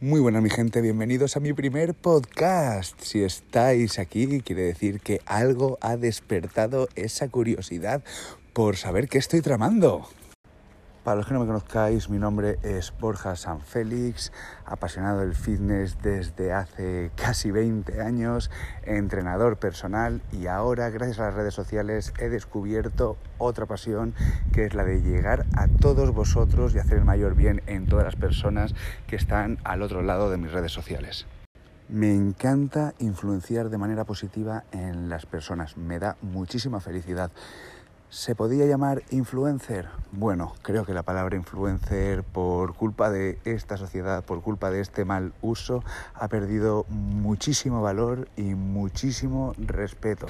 Muy buenas mi gente, bienvenidos a mi primer podcast. Si estáis aquí, quiere decir que algo ha despertado esa curiosidad por saber qué estoy tramando. Para los que no me conozcáis, mi nombre es Borja Sanfélix, apasionado del fitness desde hace casi 20 años, entrenador personal y ahora, gracias a las redes sociales, he descubierto otra pasión que es la de llegar a todos vosotros y hacer el mayor bien en todas las personas que están al otro lado de mis redes sociales. Me encanta influenciar de manera positiva en las personas, me da muchísima felicidad. ¿Se podía llamar influencer? Bueno, creo que la palabra influencer, por culpa de esta sociedad, por culpa de este mal uso, ha perdido muchísimo valor y muchísimo respeto.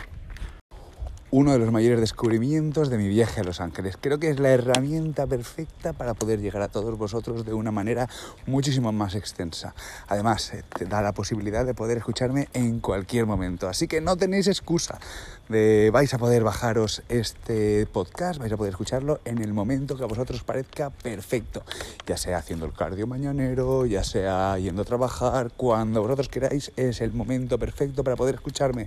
Uno de los mayores descubrimientos de mi viaje a Los Ángeles. Creo que es la herramienta perfecta para poder llegar a todos vosotros de una manera muchísimo más extensa. Además, te da la posibilidad de poder escucharme en cualquier momento. Así que no tenéis excusa. Vais a poder bajaros este podcast, vais a poder escucharlo en el momento que a vosotros parezca perfecto. Ya sea haciendo el cardio mañanero, ya sea yendo a trabajar, cuando vosotros queráis es el momento perfecto para poder escucharme.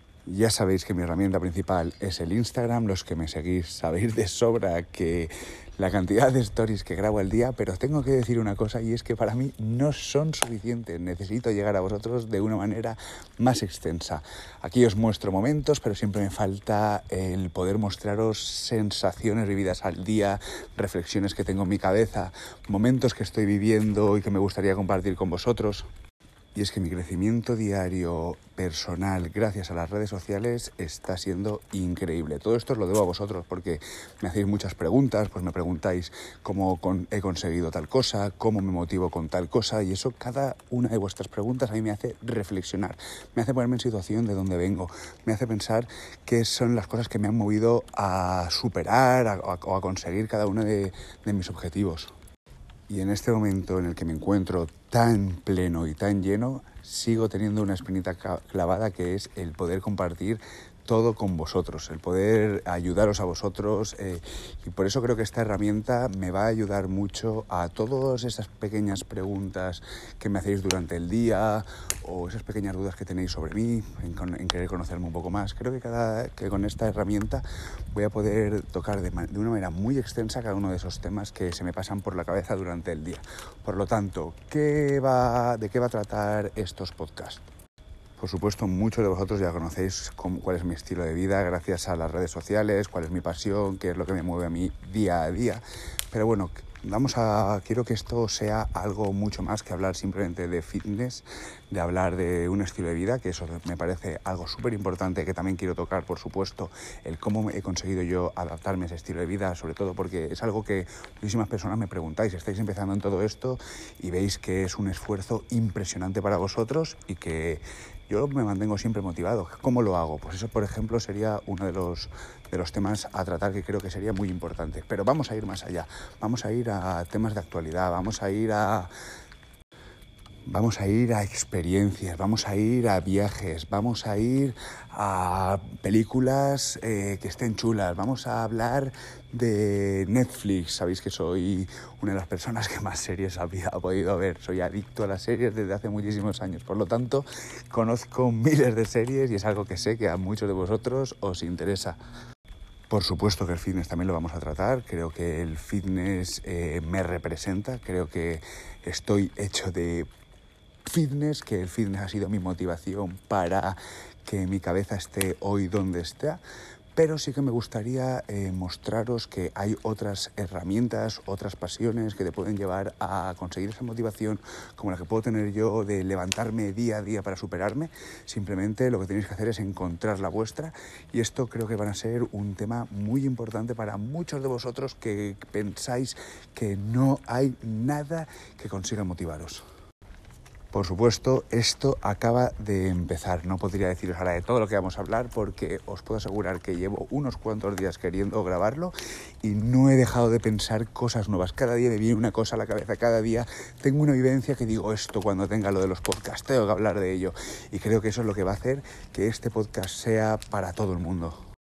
Ya sabéis que mi herramienta principal es el Instagram, los que me seguís sabéis de sobra que la cantidad de stories que grabo al día, pero os tengo que decir una cosa y es que para mí no son suficientes, necesito llegar a vosotros de una manera más extensa. Aquí os muestro momentos, pero siempre me falta el poder mostraros sensaciones vividas al día, reflexiones que tengo en mi cabeza, momentos que estoy viviendo y que me gustaría compartir con vosotros. Y es que mi crecimiento diario personal gracias a las redes sociales está siendo increíble. Todo esto os lo debo a vosotros porque me hacéis muchas preguntas, pues me preguntáis cómo he conseguido tal cosa, cómo me motivo con tal cosa y eso, cada una de vuestras preguntas a mí me hace reflexionar, me hace ponerme en situación de dónde vengo, me hace pensar qué son las cosas que me han movido a superar o a conseguir cada uno de mis objetivos. Y en este momento en el que me encuentro tan pleno y tan lleno, sigo teniendo una espinita clavada que es el poder compartir todo con vosotros, el poder ayudaros a vosotros y por eso creo que esta herramienta me va a ayudar mucho a todas esas pequeñas preguntas que me hacéis durante el día o esas pequeñas dudas que tenéis sobre mí, en querer conocerme un poco más. Creo que con esta herramienta voy a poder tocar de una manera muy extensa cada uno de esos temas que se me pasan por la cabeza durante el día. Por lo tanto, ¿de qué va a tratar estos podcasts? Por supuesto, muchos de vosotros ya conocéis cuál es mi estilo de vida gracias a las redes sociales, cuál es mi pasión, qué es lo que me mueve a mí día a día. Pero bueno, quiero que esto sea algo mucho más que hablar simplemente de fitness, de hablar de un estilo de vida, que eso me parece algo súper importante, que también quiero tocar, por supuesto, el cómo he conseguido yo adaptarme a ese estilo de vida, sobre todo porque es algo que muchísimas personas me preguntáis, estáis empezando en todo esto y veis que es un esfuerzo impresionante para vosotros y que yo me mantengo siempre motivado. ¿Cómo lo hago? Pues eso, por ejemplo, sería uno de los temas a tratar que creo que sería muy importante. Pero vamos a ir más allá. Vamos a ir a temas de actualidad. Vamos a ir a experiencias, vamos a ir a viajes, vamos a ir a películas que estén chulas, vamos a hablar de Netflix. Sabéis que soy una de las personas que más series ha podido ver, soy adicto a las series desde hace muchísimos años, por lo tanto conozco miles de series y es algo que sé que a muchos de vosotros os interesa. Por supuesto que el fitness también lo vamos a tratar, creo que el fitness me representa, creo que estoy hecho de fitness, que el fitness ha sido mi motivación para que mi cabeza esté hoy donde está, pero sí que me gustaría mostraros que hay otras herramientas, otras pasiones que te pueden llevar a conseguir esa motivación como la que puedo tener yo de levantarme día a día para superarme. Simplemente lo que tenéis que hacer es encontrar la vuestra y esto creo que van a ser un tema muy importante para muchos de vosotros que pensáis que no hay nada que consiga motivaros. Por supuesto, esto acaba de empezar. No podría deciros ahora de todo lo que vamos a hablar porque os puedo asegurar que llevo unos cuantos días queriendo grabarlo y no he dejado de pensar cosas nuevas. Cada día me viene una cosa a la cabeza, cada día tengo una vivencia que digo esto cuando tenga lo de los podcasts, tengo que hablar de ello. Y creo que eso es lo que va a hacer que este podcast sea para todo el mundo.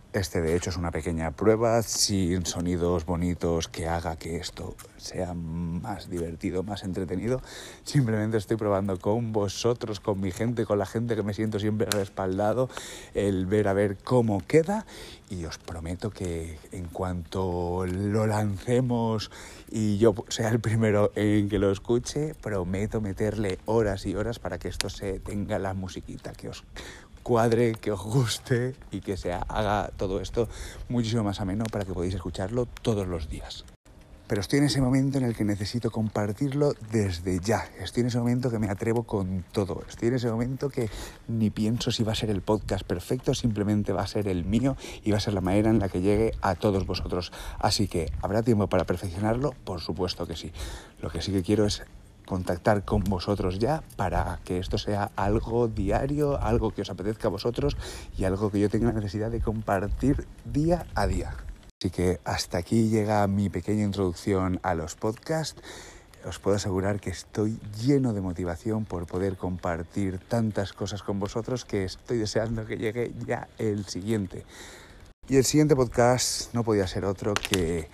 Este de hecho es una pequeña prueba sin sonidos bonitos que haga que esto sea más divertido, más entretenido. Simplemente estoy probando con vosotros, con mi gente, con la gente que me siento siempre respaldado, el ver a ver cómo queda, y os prometo que en cuanto lo lancemos y yo sea el primero en que lo escuche, prometo meterle horas y horas para que esto se tenga la musiquita que os cuadre, que os guste y que se haga todo esto muchísimo más ameno para que podáis escucharlo todos los días. Pero estoy en ese momento en el que necesito compartirlo desde ya. Estoy en ese momento que me atrevo con todo. Estoy en ese momento que ni pienso si va a ser el podcast perfecto, simplemente va a ser el mío y va a ser la manera en la que llegue a todos vosotros. Así que, ¿habrá tiempo para perfeccionarlo? Por supuesto que sí. Lo que sí que quiero es contactar con vosotros ya para que esto sea algo diario, algo que os apetezca a vosotros y algo que yo tenga la necesidad de compartir día a día. Así que hasta aquí llega mi pequeña introducción a los podcasts. Os puedo asegurar que estoy lleno de motivación por poder compartir tantas cosas con vosotros que estoy deseando que llegue ya el siguiente. Y el siguiente podcast no podía ser otro que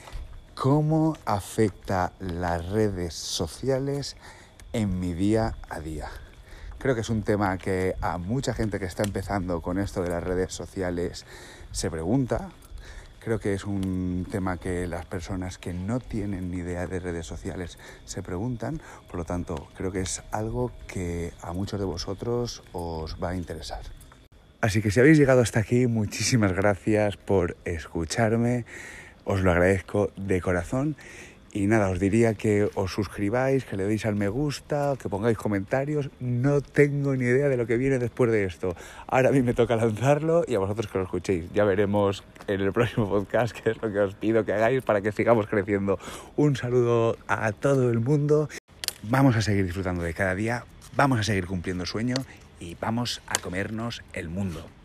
cómo afecta las redes sociales en mi día a día. Creo que es un tema que a mucha gente que está empezando con esto de las redes sociales se pregunta. Creo que es un tema que las personas que no tienen ni idea de redes sociales se preguntan. Por lo tanto, creo que es algo que a muchos de vosotros os va a interesar. Así que si habéis llegado hasta aquí, muchísimas gracias por escucharme. Os lo agradezco de corazón y nada, os diría que os suscribáis, que le deis al me gusta, que pongáis comentarios. No tengo ni idea de lo que viene después de esto. Ahora a mí me toca lanzarlo y a vosotros que lo escuchéis. Ya veremos en el próximo podcast qué es lo que os pido que hagáis para que sigamos creciendo. Un saludo a todo el mundo. Vamos a seguir disfrutando de cada día, vamos a seguir cumpliendo sueño y vamos a comernos el mundo.